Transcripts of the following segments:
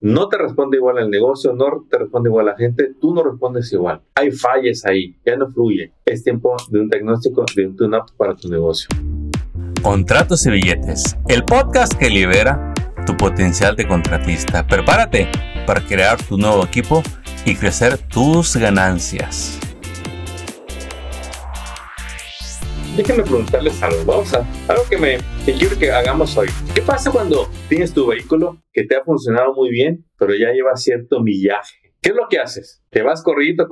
No te responde igual el negocio, no te responde igual la gente, tú no respondes igual. Hay fallas ahí, ya no fluye. Es tiempo de un diagnóstico, de un tune-up para tu negocio. Contratos y billetes, el podcast que libera tu potencial de contratista. Prepárate para crear tu nuevo equipo y crecer tus ganancias. Déjenme preguntarles algo. Vamos a algo que quiero que hagamos hoy. ¿Qué pasa cuando tienes tu vehículo que te ha funcionado muy bien, pero ya lleva cierto millaje? ¿Qué es lo que haces? ¿Te vas corridito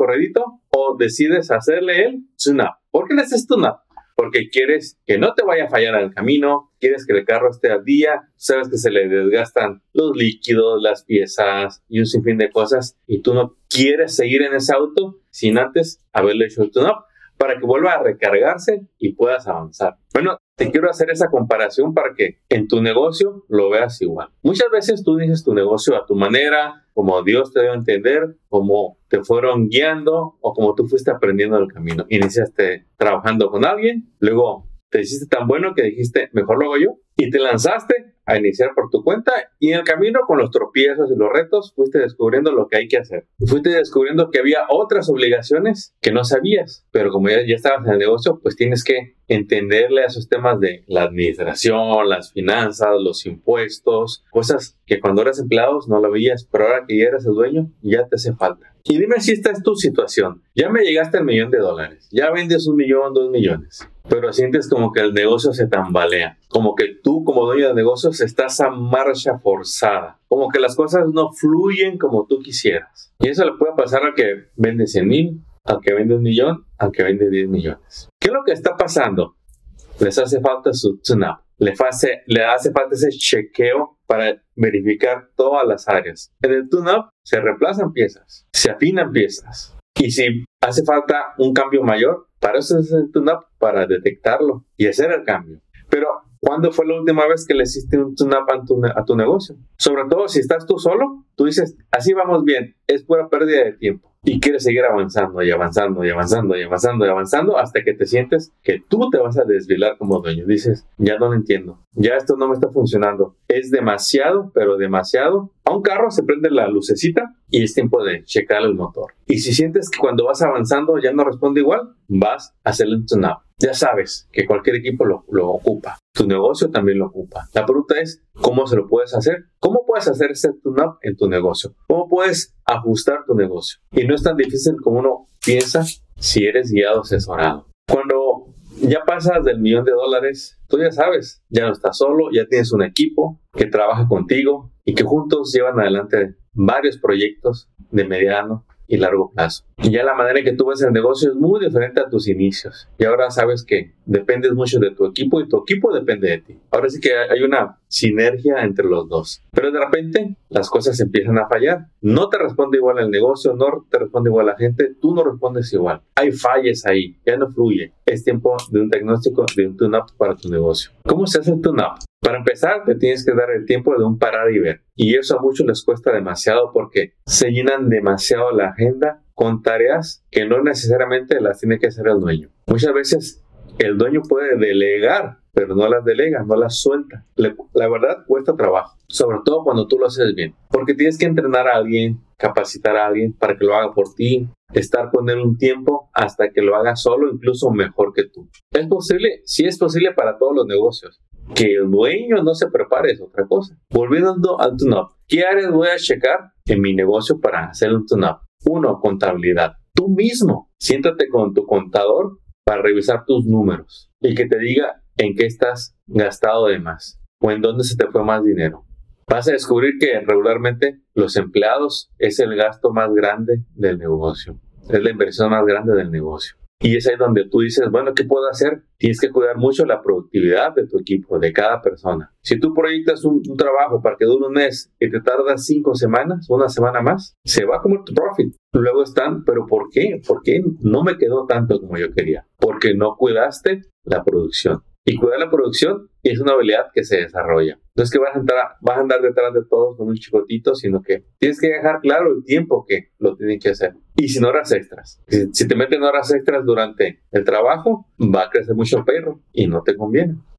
o decides hacerle el tune-up? ¿Por qué le haces tune-up? Porque quieres que no te vaya a fallar en el camino, quieres que el carro esté al día, sabes que se le desgastan los líquidos, las piezas y un sinfín de cosas, y tú no quieres seguir en ese auto sin antes haberle hecho el tune-up para que vuelva a recargarse y puedas avanzar. Bueno, te quiero hacer esa comparación para que en tu negocio lo veas igual. Muchas veces tú dices tu negocio a tu manera, como Dios te dio a entender, como te fueron guiando o como tú fuiste aprendiendo el camino. Iniciaste trabajando con alguien, luego te hiciste tan bueno que dijiste, mejor lo hago yo, y te lanzaste a iniciar por tu cuenta, y en el camino con los tropiezos y los retos fuiste descubriendo lo que hay que hacer. Y fuiste descubriendo que había otras obligaciones que no sabías, pero como ya estabas en el negocio, pues tienes que entenderle a esos temas de la administración, las finanzas, los impuestos, cosas que cuando eras empleado no lo veías, pero ahora que ya eres el dueño, ya te hace falta. Y dime si esta es tu situación. Ya me llegaste al $1,000,000, ya vendes 1,000,000, 2,000,000, pero sientes como que el negocio se tambalea, como que tú como dueño de negocios estás a marcha forzada, como que las cosas no fluyen como tú quisieras. Y eso le puede pasar al que vende 100,000, al que vende 1,000,000, al que vende 10 millones. ¿Qué es lo que está pasando? Les hace falta su tune-up, le hace falta ese chequeo para verificar todas las áreas. En el tune-up se reemplazan piezas, se afinan piezas. Y si hace falta un cambio mayor, para eso es el tune-up, para detectarlo y hacer el cambio. Pero, ¿cuándo fue la última vez que le hiciste un tune-up a tu negocio? Sobre todo si estás tú solo, tú dices, así vamos bien, es pura pérdida de tiempo. Y quieres seguir avanzando y avanzando y avanzando y avanzando y avanzando hasta que te sientes que tú te vas a desvelar como dueño. Dices, ya no lo entiendo, ya esto no me está funcionando. Es demasiado, pero demasiado. A un carro se prende la lucecita y es tiempo de checar el motor. Y si sientes que cuando vas avanzando ya no responde igual, vas a hacerle un tune-up. Ya sabes que cualquier equipo lo ocupa. Tu negocio también lo ocupa. La pregunta es, ¿cómo se lo puedes hacer? ¿Cómo puedes hacer ese tune-up en tu negocio? ¿Cómo puedes ajustar tu negocio? Y no es tan difícil como uno piensa si eres guiado, asesorado. Cuando ya pasas del $1,000,000, tú ya sabes, ya no estás solo, ya tienes un equipo que trabaja contigo y que juntos llevan adelante varios proyectos de mediano y largo plazo. Y ya la manera en que tú ves el negocio es muy diferente a tus inicios. Y ahora sabes que dependes mucho de tu equipo y tu equipo depende de ti. Ahora sí que hay una sinergia entre los dos. Pero de repente las cosas empiezan a fallar. No te responde igual el negocio, no te responde igual la gente, tú no respondes igual. Hay fallas ahí, ya no fluye. Es tiempo de un diagnóstico, de un tune-up para tu negocio. ¿Cómo se hace el tune-up? Para empezar, te tienes que dar el tiempo de un parar y ver. Y eso a muchos les cuesta demasiado porque se llenan demasiado la agenda con tareas que no necesariamente las tiene que hacer el dueño. Muchas veces el dueño puede delegar, pero no las delega, no las suelta. La verdad cuesta trabajo, sobre todo cuando tú lo haces bien. Porque tienes que entrenar a alguien, capacitar a alguien para que lo haga por ti, estar con él un tiempo hasta que lo haga solo, incluso mejor que tú. ¿Es posible? Sí, es posible para todos los negocios. Que el dueño no se prepare es otra cosa. Volviendo al tune-up, ¿qué áreas voy a checar en mi negocio para hacer un tune-up? 1. Contabilidad. Tú mismo, siéntate con tu contador para revisar tus números y que te diga en qué estás gastado de más o en dónde se te fue más dinero. Vas a descubrir que regularmente los empleados es el gasto más grande del negocio. Es la inversión más grande del negocio. Y es ahí donde tú dices, bueno, ¿qué puedo hacer? Tienes que cuidar mucho la productividad de tu equipo, de cada persona. Si tú proyectas un trabajo para que dure un mes y te tardas 5 semanas, una semana más, se va a comer tu profit. Luego están, ¿pero por qué? ¿Por qué no me quedó tanto como yo quería? Porque no cuidaste la producción. Y cuidar la producción es una habilidad que se desarrolla. No es que vas a andar detrás de todos con un chicotito, sino que tienes que dejar claro el tiempo que lo tienen que hacer. Y sin horas extras. Si te meten horas extras durante el trabajo, va a crecer mucho el perro y no te conviene.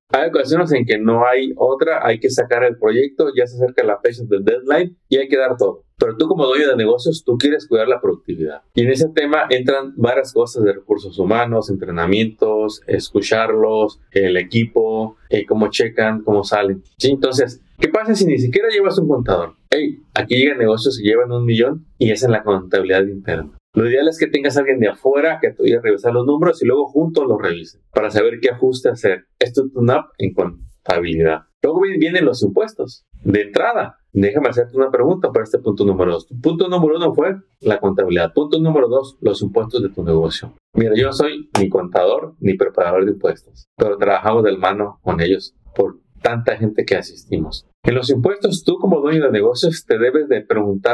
Hay ocasiones en que no hay otra, hay que sacar el proyecto, ya se acerca la fecha del deadline y hay que dar todo. Pero tú como dueño de negocios, tú quieres cuidar la productividad. Y en ese tema entran varias cosas de recursos humanos, entrenamientos, escucharlos, el equipo, cómo checan, cómo salen. ¿Sí? Entonces, ¿qué pasa si ni siquiera llevas un contador? Aquí llegan negocios que llevan 1 millón y hacen la contabilidad interna. Lo ideal es que tengas a alguien de afuera que te vaya a revisar los números y luego juntos los revisen para saber qué ajuste hacer. Esto es un up en contabilidad. Luego vienen los impuestos. De entrada, déjame hacerte una pregunta para este punto número 2. Punto número 1 fue la contabilidad. Punto número 2, los impuestos de tu negocio. Mira, yo no soy ni contador ni preparador de impuestos, pero trabajamos de la mano con ellos por tanta gente que asistimos. En los impuestos, tú como dueño de negocios te debes de preguntar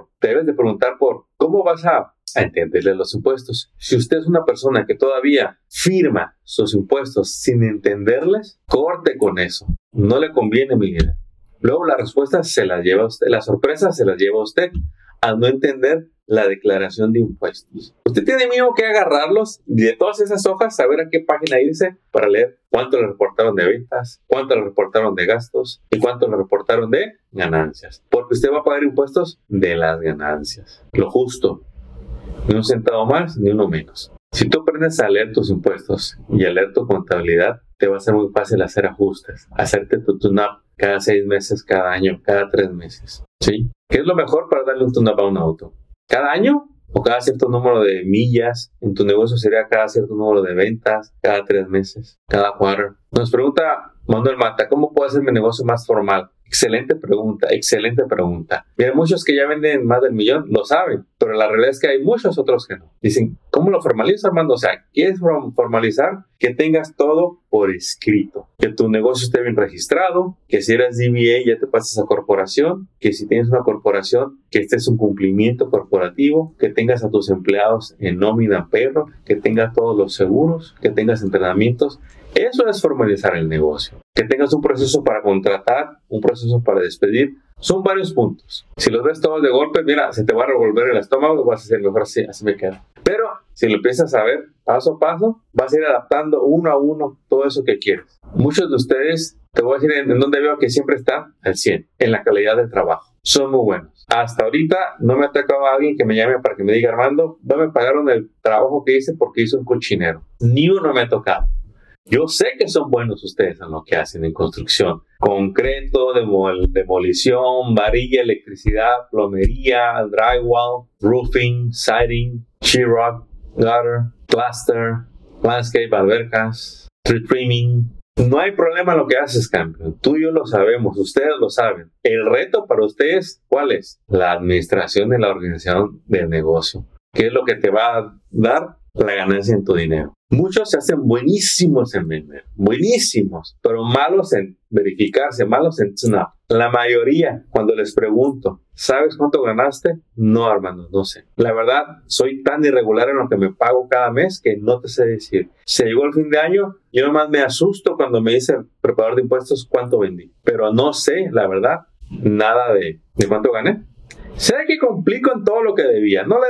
por cómo vas a entenderle los impuestos. Si usted es una persona que todavía firma sus impuestos sin entenderles, corte con eso. No le conviene, mi líder. Luego la respuesta se la lleva usted, la sorpresa se la lleva usted al no entender la declaración de impuestos. Usted tiene mismo que agarrarlos y de todas esas hojas saber a qué página irse para leer cuánto le reportaron de ventas, cuánto le reportaron de gastos y cuánto le reportaron de ganancias. Porque usted va a pagar impuestos de las ganancias. Lo justo. Ni un centavo más, ni uno menos. Si tú aprendes a leer tus impuestos y a leer tu contabilidad, te va a ser muy fácil hacer ajustes, hacerte tu tune-up cada 6 meses, cada año, cada 3 meses. ¿Sí? ¿Qué es lo mejor para darle un tune-up a un auto? ¿Cada año? ¿O cada cierto número de millas? En tu negocio sería cada cierto número de ventas, cada 3 meses, cada quarter. Nos pregunta Manuel Mata, ¿cómo puedo hacer mi negocio más formal? Excelente pregunta, excelente pregunta. Mira, muchos que ya venden más del 1 millón lo saben, pero la realidad es que hay muchos otros que no. Dicen, ¿cómo lo formalizo, Armando? O sea, ¿quieres formalizar? Que tengas todo por escrito. Que tu negocio esté bien registrado, que si eres DBA ya te pases a corporación, que si tienes una corporación, que este es un cumplimiento corporativo, que tengas a tus empleados en nómina perro, que tengas todos los seguros, que tengas entrenamientos. Eso es formalizar el negocio. Que tengas un proceso para contratar, un proceso para despedir. Son varios puntos. Si los ves todos de golpe, mira, se te va a revolver el estómago, vas a decir, mejor así me queda. Pero si lo empiezas a ver paso a paso, vas a ir adaptando uno a uno todo eso que quieres. Muchos de ustedes, te voy a decir en donde veo que siempre están al 100, en la calidad del trabajo. Son muy buenos. Hasta ahorita no me ha tocado a alguien que me llame para que me diga, Armando, no me pagaron el trabajo que hice porque hice un cochinero. Ni uno me ha tocado. Yo sé que son buenos ustedes en lo que hacen en construcción. Concreto, demolición, varilla, electricidad, plomería, drywall, roofing, siding, sheetrock, gutter, plaster, landscape, albercas, tree trimming. No hay problema en lo que haces, campeón. Tú y yo lo sabemos, ustedes lo saben. El reto para ustedes, ¿cuál es? La administración de la organización del negocio. ¿Qué es lo que te va a dar la ganancia en tu dinero? Muchos se hacen buenísimos en vender, buenísimos, pero malos en verificarse, malos en tune-up. La mayoría, cuando les pregunto, ¿sabes cuánto ganaste? No, Armando, no sé. La verdad, soy tan irregular en lo que me pago cada mes que no te sé decir. Se llegó el fin de año, yo nomás me asusto cuando me dice el preparador de impuestos cuánto vendí. Pero no sé, la verdad, nada de cuánto gané. Sé que complico en todo lo que debía. No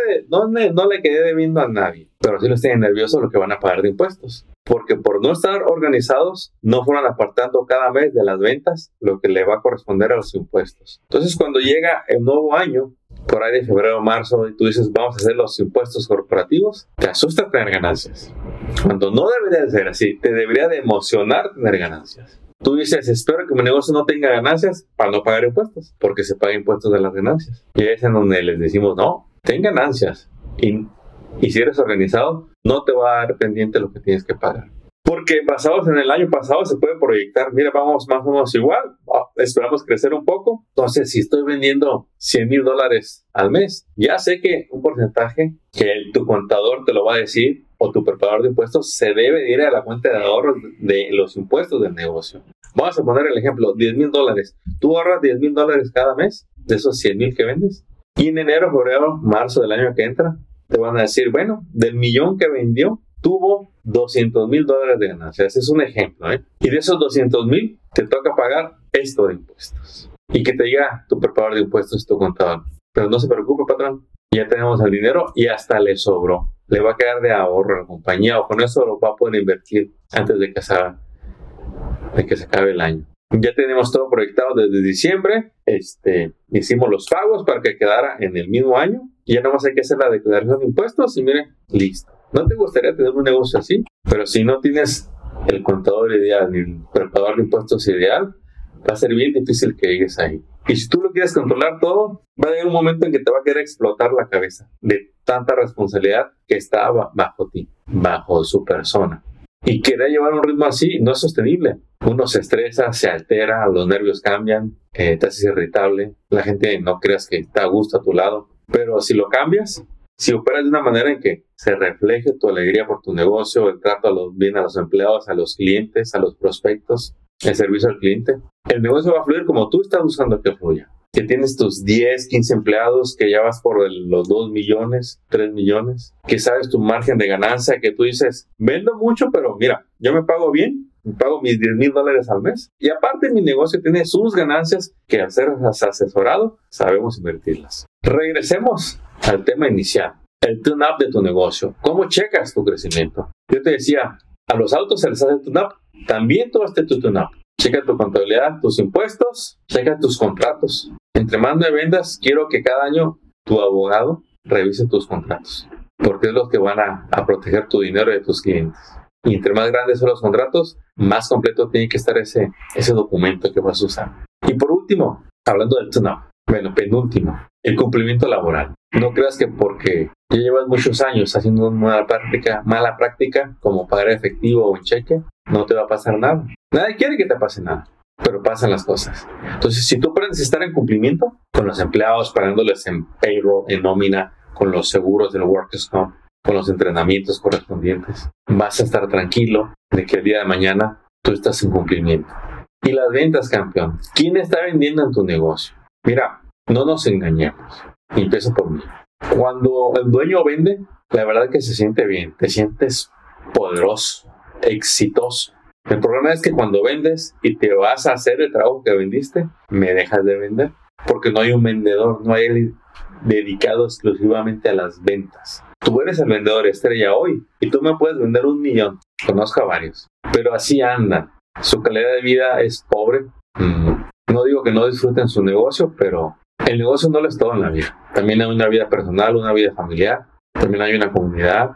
le quedé debiendo a nadie. Pero sí los tienen nerviosos lo que van a pagar de impuestos. Porque por no estar organizados, no fueron apartando cada mes de las ventas lo que le va a corresponder a los impuestos. Entonces, cuando llega el nuevo año, por ahí de febrero o marzo, y tú dices, vamos a hacer los impuestos corporativos, te asusta tener ganancias. Cuando no debería de ser así, te debería de emocionar tener ganancias. Tú dices, espero que mi negocio no tenga ganancias para no pagar impuestos, porque se paga impuestos de las ganancias. Y es en donde les decimos, no, ten ganancias. Y si eres organizado, no te va a dar pendiente lo que tienes que pagar. Porque basados en el año pasado se puede proyectar, mira, vamos más o menos igual, esperamos crecer un poco. Entonces, si estoy vendiendo $100,000 al mes, ya sé que un porcentaje que tu contador te lo va a decir o tu preparador de impuestos se debe ir a la cuenta de ahorros de los impuestos del negocio. Vamos a poner el ejemplo, $10,000. Tú ahorras $10,000 cada mes de esos 100,000 que vendes. Y en enero, febrero, marzo del año que entra, te van a decir, bueno, del millón que vendió, tuvo $200,000 de ganancias. Es un ejemplo, ¿eh? Y de esos 200,000 te toca pagar esto de impuestos. Y que te diga tu preparador de impuestos, tu contador. Pero no se preocupe, patrón. Ya tenemos el dinero y hasta le sobró. Le va a quedar de ahorro a la compañía o con eso lo va a poder invertir antes de que se haga. de que se acabe el año. Ya tenemos todo proyectado desde diciembre. Hicimos los pagos para que quedara en el mismo año. Y ya nada más hay que hacer la declaración de impuestos y miren, listo. ¿No te gustaría tener un negocio así? Pero si no tienes el contador ideal ni el preparador de impuestos ideal, va a ser bien difícil que llegues ahí. Y si tú lo quieres controlar todo, va a llegar un momento en que te va a querer explotar la cabeza de tanta responsabilidad que está bajo ti, bajo su persona. Y querer llevar un ritmo así no es sostenible. Uno se estresa, se altera, los nervios cambian, te haces irritable, la gente no creas que está a gusto a tu lado. Pero si lo cambias, si operas de una manera en que se refleje tu alegría por tu negocio, el trato a los empleados, a los clientes, a los prospectos, el servicio al cliente, el negocio va a fluir como tú estás buscando que fluya. Que tienes tus 10, 15 empleados, que ya vas por los 2 millones, 3 millones, que sabes tu margen de ganancia, que tú dices, vendo mucho, pero mira, yo me pago bien, me pago mis $10,000 al mes. Y aparte mi negocio tiene sus ganancias que al ser asesorado, sabemos invertirlas. Regresemos al tema inicial, el tune-up de tu negocio. ¿Cómo checas tu crecimiento? Yo te decía, a los autos se les hace el tune-up, también tú haces tu tune-up. Checa tu contabilidad, tus impuestos, checa tus contratos. Entre más me vendas, quiero que cada año tu abogado revise tus contratos, porque es lo que van a proteger tu dinero y de tus clientes. Y entre más grandes son los contratos, más completo tiene que estar ese documento que vas a usar. Y por último, hablando del tune-up, penúltimo, el cumplimiento laboral. No creas que porque ya llevas muchos años haciendo una mala práctica, como pagar efectivo o en cheque, no te va a pasar nada. Nadie quiere que te pase nada, pero pasan las cosas. Entonces, si tú aprendes a estar en cumplimiento con los empleados, pagándoles en payroll, en nómina, con los seguros del Workers' Comp, con los entrenamientos correspondientes, vas a estar tranquilo de que el día de mañana tú estás en cumplimiento. Y las ventas, campeón. ¿Quién está vendiendo en tu negocio? Mira, no nos engañemos. Y empiezo por mí. Cuando el dueño vende, la verdad es que se siente bien. Te sientes poderoso, exitoso. El problema es que cuando vendes y te vas a hacer el trabajo que vendiste, me dejas de vender. Porque no hay un vendedor, no hay alguien dedicado exclusivamente a las ventas. Tú eres el vendedor estrella hoy y tú me puedes vender 1 millón. Conozco a varios, pero así andan. Su calidad de vida es pobre. No digo que no disfruten su negocio, pero el negocio no lo es todo en la vida. También hay una vida personal, una vida familiar. También hay una comunidad.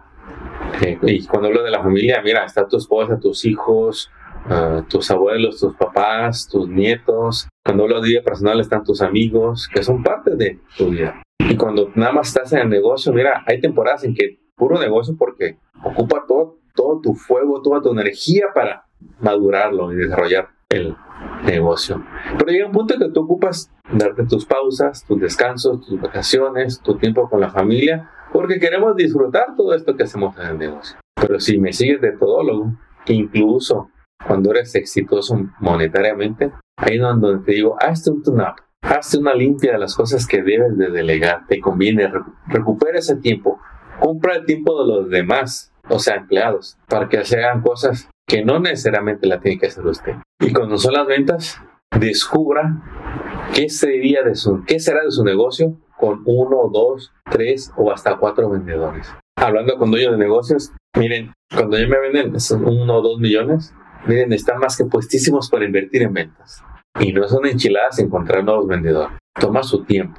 Y cuando hablo de la familia, mira, está tu esposa, tus hijos, tus abuelos, tus papás, tus nietos. Cuando hablo de vida personal están tus amigos, que son parte de tu vida. Y cuando nada más estás en el negocio, mira, hay temporadas en que puro negocio porque ocupa todo tu fuego, toda tu energía para madurarlo y desarrollar el negocio. Pero llega un punto en que tú ocupas darte tus pausas, tus descansos, tus vacaciones, tu tiempo con la familia, porque queremos disfrutar todo esto que hacemos en el negocio. Pero si me sigues de todólogo, incluso cuando eres exitoso monetariamente, ahí es donde te digo, hazte un tune-up, hazte una limpia de las cosas que debes de delegar, te conviene, recupera ese tiempo, compra el tiempo de los demás, o sea, empleados, para que se hagan cosas que no necesariamente la tiene que hacer usted. Y cuando son las ventas, descubra qué será de su negocio con 1, 2, 3 o hasta 4 vendedores. Hablando con dueños de negocios, miren, cuando ya me venden 1 o 2 millones, miren, están más que puestísimos para invertir en ventas. Y no son enchiladas encontrar nuevos vendedores. Toma su tiempo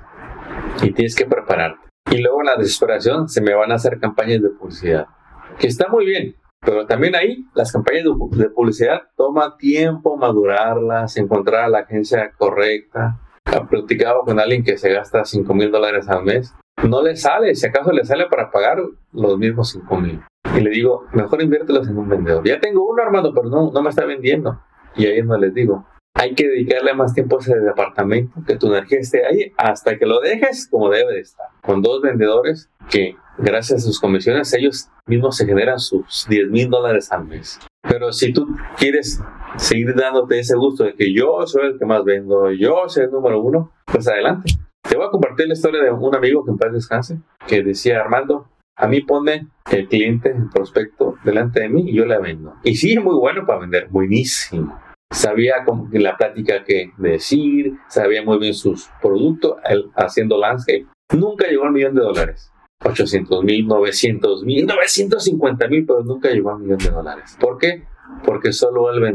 y tienes que prepararte. Y luego en la desesperación se me van a hacer campañas de publicidad, que está muy bien. Pero también ahí, las campañas de publicidad toma tiempo madurarlas, encontrar a la agencia correcta. Platicaba con alguien que se gasta $5,000 al mes. No le sale, si acaso le sale para pagar los mismos 5,000. Y le digo, mejor inviértelos en un vendedor. Ya tengo uno armado, pero no me está vendiendo. Y ahí es donde les digo, hay que dedicarle más tiempo a ese departamento, que tu energía esté ahí hasta que lo dejes como debe de estar. Con 2 vendedores que, gracias a sus comisiones, ellos mismos se generan sus $10,000 al mes. Pero si tú quieres seguir dándote ese gusto de que yo soy el que más vendo, yo soy el número 1, pues adelante. Te voy a compartir la historia de un amigo que en paz descanse, que decía, Armando, a mí pone el cliente, el prospecto, delante de mí y yo le vendo. Y sí, es muy bueno para vender, buenísimo. Sabía la plática que decir, sabía muy bien sus productos, él haciendo landscape. Nunca llegó al $1,000,000. 800,000, 900,000, 950,000, pero nunca llegó al $1,000,000. ¿Por qué? Porque solo él vendía.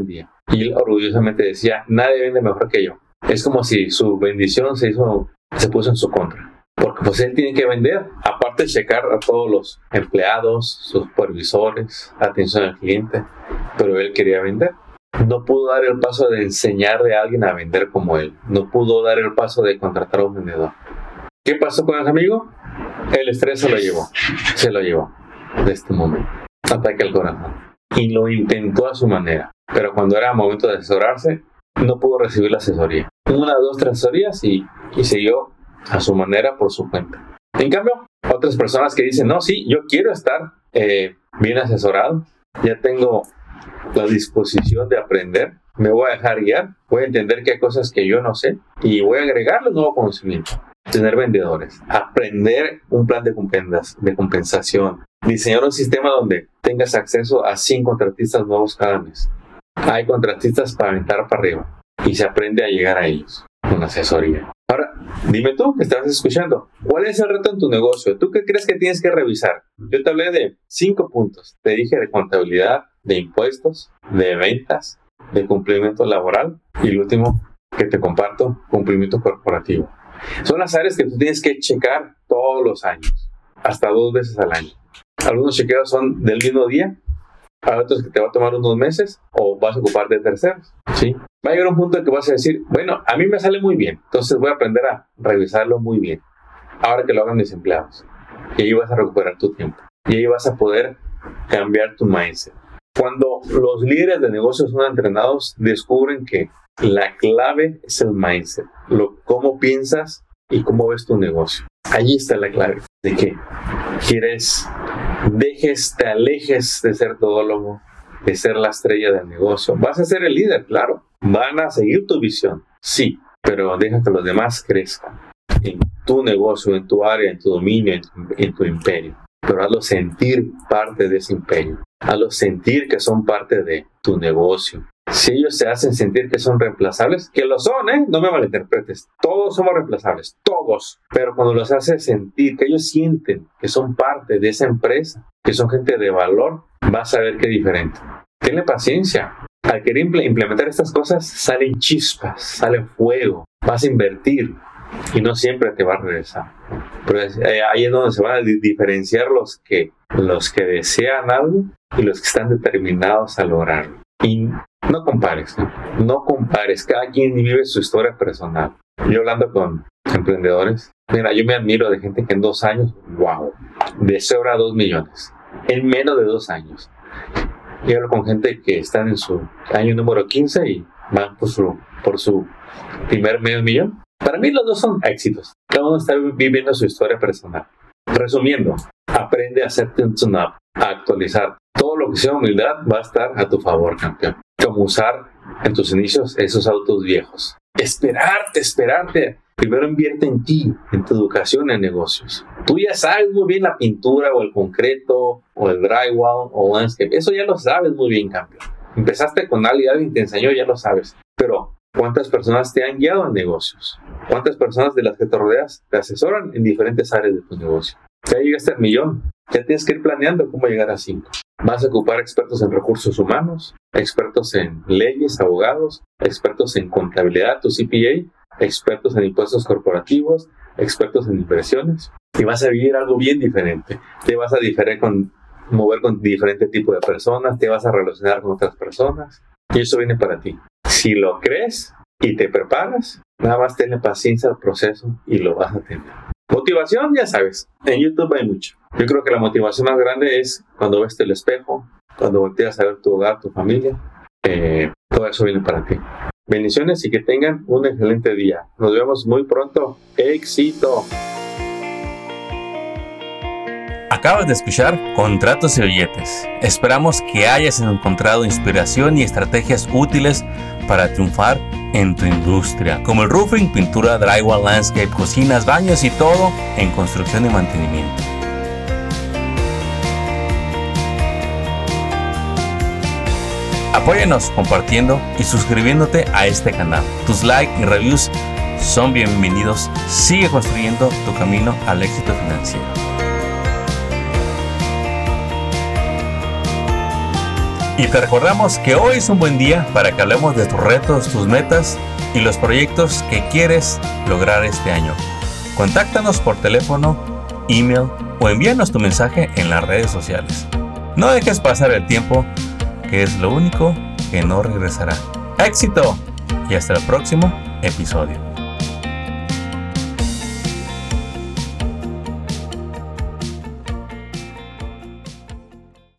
Y él orgullosamente decía, nadie vende mejor que yo. Es como si su bendición se puso en su contra. Porque pues él tiene que vender, aparte de checar a todos los empleados, sus supervisores, atención al cliente. Pero él quería vender. No pudo dar el paso de enseñarle a alguien a vender como él. No pudo dar el paso de contratar a un vendedor. ¿Qué pasó con ese amigo? El estrés se lo llevó de este momento. Ataque al corazón. Y lo intentó a su manera. Pero cuando era momento de asesorarse, no pudo recibir la asesoría. 1, 2, 3 asesorías y siguió a su manera por su cuenta. En cambio, otras personas que dicen, no, sí, yo quiero estar bien asesorado. Ya tengo la disposición de aprender. Me voy a dejar guiar. Voy a entender que hay cosas que yo no sé. Y voy a agregarle nuevo conocimiento. Tener vendedores, aprender un plan de compensación, diseñar un sistema donde tengas acceso a 100 contratistas nuevos cada mes. Hay contratistas para aventar para arriba y se aprende a llegar a ellos con asesoría. Ahora, dime tú que estás escuchando, ¿cuál es el reto en tu negocio? ¿Tú qué crees que tienes que revisar? Yo te hablé de 5 puntos. Te dije de contabilidad, de impuestos, de ventas, de cumplimiento laboral y el último que te comparto, cumplimiento corporativo. Son las áreas que tú tienes que checar todos los años, hasta 2 veces al año. Algunos chequeos son del mismo día, hay otros que te va a tomar unos meses o vas a ocupar de terceros, ¿sí? Va a llegar un punto en que vas a decir, bueno, a mí me sale muy bien, entonces voy a aprender a revisarlo muy bien, ahora que lo hagan mis empleados. Y ahí vas a recuperar tu tiempo. Y ahí vas a poder cambiar tu mindset. Cuando los líderes de negocios son entrenados, descubren que la clave es el mindset, cómo piensas y cómo ves tu negocio. Allí está la clave de que te alejes de ser todólogo, de ser la estrella del negocio. Vas a ser el líder, claro. Van a seguir tu visión, sí, pero deja que los demás crezcan en tu negocio, en tu área, en tu dominio, en tu imperio. Pero hazlos sentir parte de ese imperio. Hazlos sentir que son parte de tu negocio. Si ellos se hacen sentir que son reemplazables, que lo son, no me malinterpretes, todos somos reemplazables, todos, pero cuando los haces sentir, que ellos sienten que son parte de esa empresa, que son gente de valor, vas a ver qué diferente. Tenle paciencia. Al querer implementar estas cosas, salen chispas, sale fuego, vas a invertir y no siempre te va a regresar. Pero ahí es donde se van a diferenciar los que desean algo y los que están determinados a lograrlo. Y no compares, cada quien vive su historia personal. Yo hablando con emprendedores, mira, yo me admiro de gente que en 2 años, wow, de 0 a 2 millones, en menos de 2 años. Yo hablo con gente que están en su año número 15 y van por su primer medio millón. Para mí los dos son éxitos, cada uno está viviendo su historia personal. Resumiendo, aprende a hacerte un tune-up, a actualizar. Todo lo que sea humildad va a estar a tu favor, campeón. Como usar en tus inicios esos autos viejos. Esperarte. Primero invierte en ti, en tu educación en negocios. Tú ya sabes muy bien la pintura o el concreto o el drywall o landscape. Eso ya lo sabes muy bien, campeón. Empezaste con alguien te enseñó, ya lo sabes. Pero ¿cuántas personas te han guiado en negocios? ¿Cuántas personas de las que te rodeas te asesoran en diferentes áreas de tu negocio? Ya llegaste al millón. Ya tienes que ir planeando cómo llegar a 5. Vas a ocupar expertos en recursos humanos, expertos en leyes, abogados, expertos en contabilidad, tu CPA, expertos en impuestos corporativos, expertos en inversiones. Y vas a vivir algo bien diferente. Te vas a mover con diferente tipo de personas, te vas a relacionar con otras personas. Y eso viene para ti. Si lo crees y te preparas, nada más tenle paciencia al proceso y lo vas a tener. Motivación, ya sabes, en YouTube hay mucho. Yo creo que la motivación más grande es cuando ves el espejo, cuando volteas a ver tu hogar, tu familia. Todo eso viene para ti. Bendiciones y que tengan un excelente día. Nos vemos muy pronto. ¡Éxito! Acabas de escuchar Contratos y Billetes. Esperamos que hayas encontrado inspiración y estrategias útiles para triunfar en tu industria, como el roofing, pintura, drywall, landscape, cocinas, baños y todo en construcción y mantenimiento. Apóyanos compartiendo y suscribiéndote a este canal. Tus likes y reviews son bienvenidos. Sigue construyendo tu camino al éxito financiero. Y te recordamos que hoy es un buen día para que hablemos de tus retos, tus metas y los proyectos que quieres lograr este año. Contáctanos por teléfono, email o envíanos tu mensaje en las redes sociales. No dejes pasar el tiempo, que es lo único que no regresará. ¡Éxito! Y hasta el próximo episodio.